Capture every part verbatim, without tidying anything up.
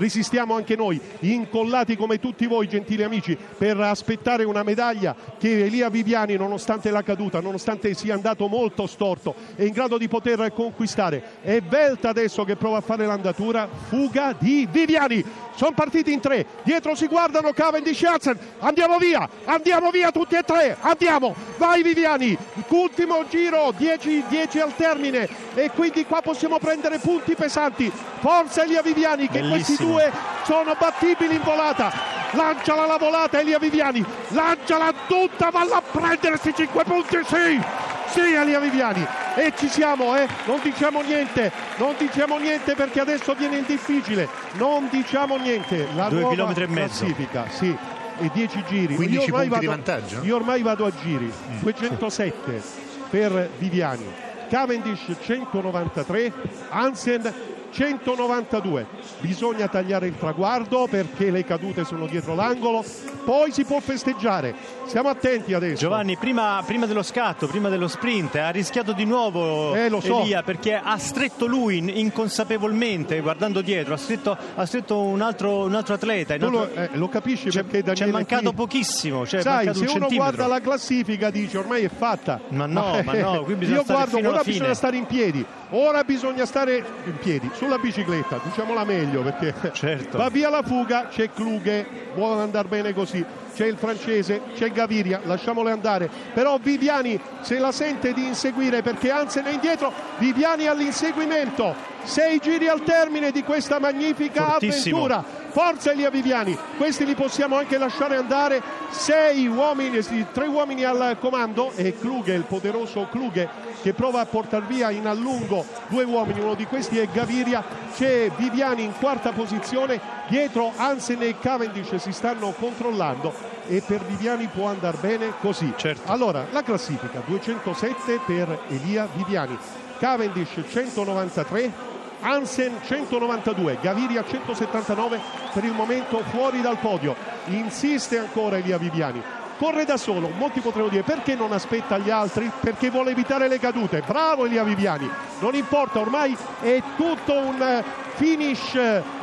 resistiamo anche noi, incollati come tutti voi, gentili amici, per aspettare una medaglia che Elia Viviani, nonostante la caduta, nonostante sia andato molto storto, è in grado di poter conquistare. È Velta adesso che prova a fare l'andatura, fuga di Viviani. Sono partiti in tre, dietro si guardano Cavendish e Hansen, andiamo via, andiamo via tutti e tre, andiamo, vai Viviani, ultimo giro, dieci al termine, e quindi qua possiamo prendere punti pesanti. Forza Elia Viviani, che Bellissimo. Questi due sono battibili in volata. Lanciala la volata Elia Viviani, lanciala tutta, valla a prendere questi cinque punti, sì, sì Elia Viviani. E ci siamo, eh? Non diciamo niente, non diciamo niente perché adesso viene il difficile, non diciamo niente. La Due nuova chilometri e mezzo. classifica, sì, e dieci giri. quindici io ormai punti vado, di vantaggio? Io ormai vado a giri, Mm. duecentosette per Viviani, Cavendish centonovantatré, Hansen centonovantadue. Bisogna tagliare il traguardo perché le cadute sono dietro l'angolo, poi si può festeggiare. Siamo attenti adesso. Giovanni, prima, prima dello scatto, prima dello sprint, ha rischiato di nuovo eh, lo so. Elia, perché ha stretto lui inconsapevolmente, guardando dietro, ha stretto, ha stretto un, altro, un altro atleta. Tu altro... lo, eh, lo capisci perché Daniele ci è mancato qui... pochissimo, cioè sai, è mancato se un uno centimetro. guarda la classifica dice ormai è fatta. Ma no, ma no, qui bisogna io stare guardo, fino ora alla bisogna fine. stare in piedi, ora bisogna stare in piedi sulla bicicletta, diciamola meglio, perché certo. va via la fuga, c'è Kluge, vuole andare bene così, c'è il francese, c'è Gaviria, lasciamole andare, però Viviani se la sente di inseguire perché Hansen è indietro, Viviani all'inseguimento, sei giri al termine di questa magnifica Fortissimo. avventura. Forza Elia Viviani, questi li possiamo anche lasciare andare, sei uomini, sì, tre uomini al comando, e Kluge, il poderoso Kluge, che prova a portare via in allungo due uomini, uno di questi è Gaviria, c'è Viviani in quarta posizione, dietro Hansen e Cavendish si stanno controllando e per Viviani può andare bene così. Certo. Allora, la classifica, duecentosette per Elia Viviani, Cavendish centonovantatré, Hansen centonovantadue, Gaviria centosettantanove, per il momento fuori dal podio. Insiste ancora Elia Viviani, corre da solo, molti potrebbero dire perché non aspetta gli altri, perché vuole evitare le cadute. Bravo Elia Viviani, non importa, ormai è tutto un finish,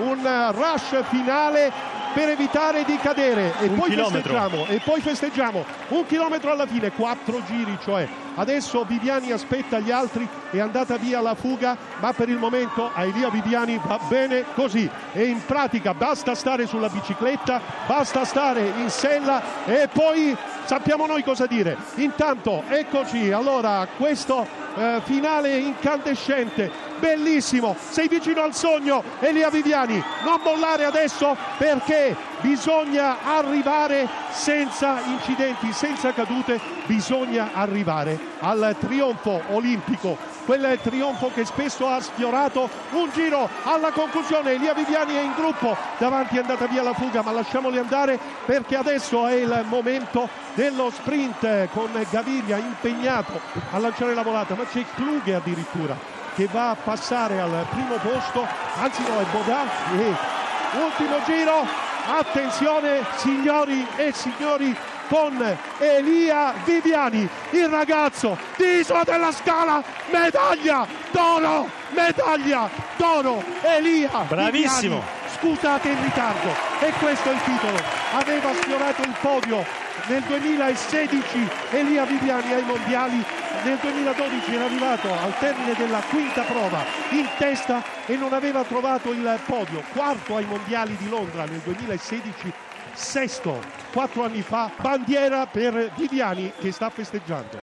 un rush finale per evitare di cadere, e un poi chilometro. festeggiamo e poi festeggiamo un chilometro alla fine, quattro giri, cioè adesso Viviani aspetta gli altri, è andata via la fuga, ma per il momento a Elia Viviani va bene così, e in pratica basta stare sulla bicicletta, basta stare in sella e poi sappiamo noi cosa dire. Intanto eccoci, allora questo eh, finale incandescente, bellissimo, sei vicino al sogno Elia Viviani, non mollare adesso perché bisogna arrivare senza incidenti, senza cadute, bisogna arrivare al trionfo olimpico, quel trionfo che spesso ha sfiorato un giro alla conclusione. Elia Viviani è in gruppo, davanti è andata via la fuga, ma lasciamoli andare perché adesso è il momento dello sprint con Gaviria impegnato a lanciare la volata, ma c'è Kluge addirittura che va a passare al primo posto, anzi no, è Bodà, e ultimo giro, attenzione signori e signori, con Elia Viviani, il ragazzo di Isola della Scala, medaglia d'oro, medaglia d'oro, Elia bravissimo Viviani. Scusate il ritardo, e questo è il titolo, aveva sfiorato il podio nel duemilasedici Elia Viviani ai mondiali, nel duemiladodici era arrivato al termine della quinta prova in testa e non aveva trovato il podio, quarto ai mondiali di Londra nel duemilasedici, sesto quattro anni fa, bandiera per Viviani che sta festeggiando.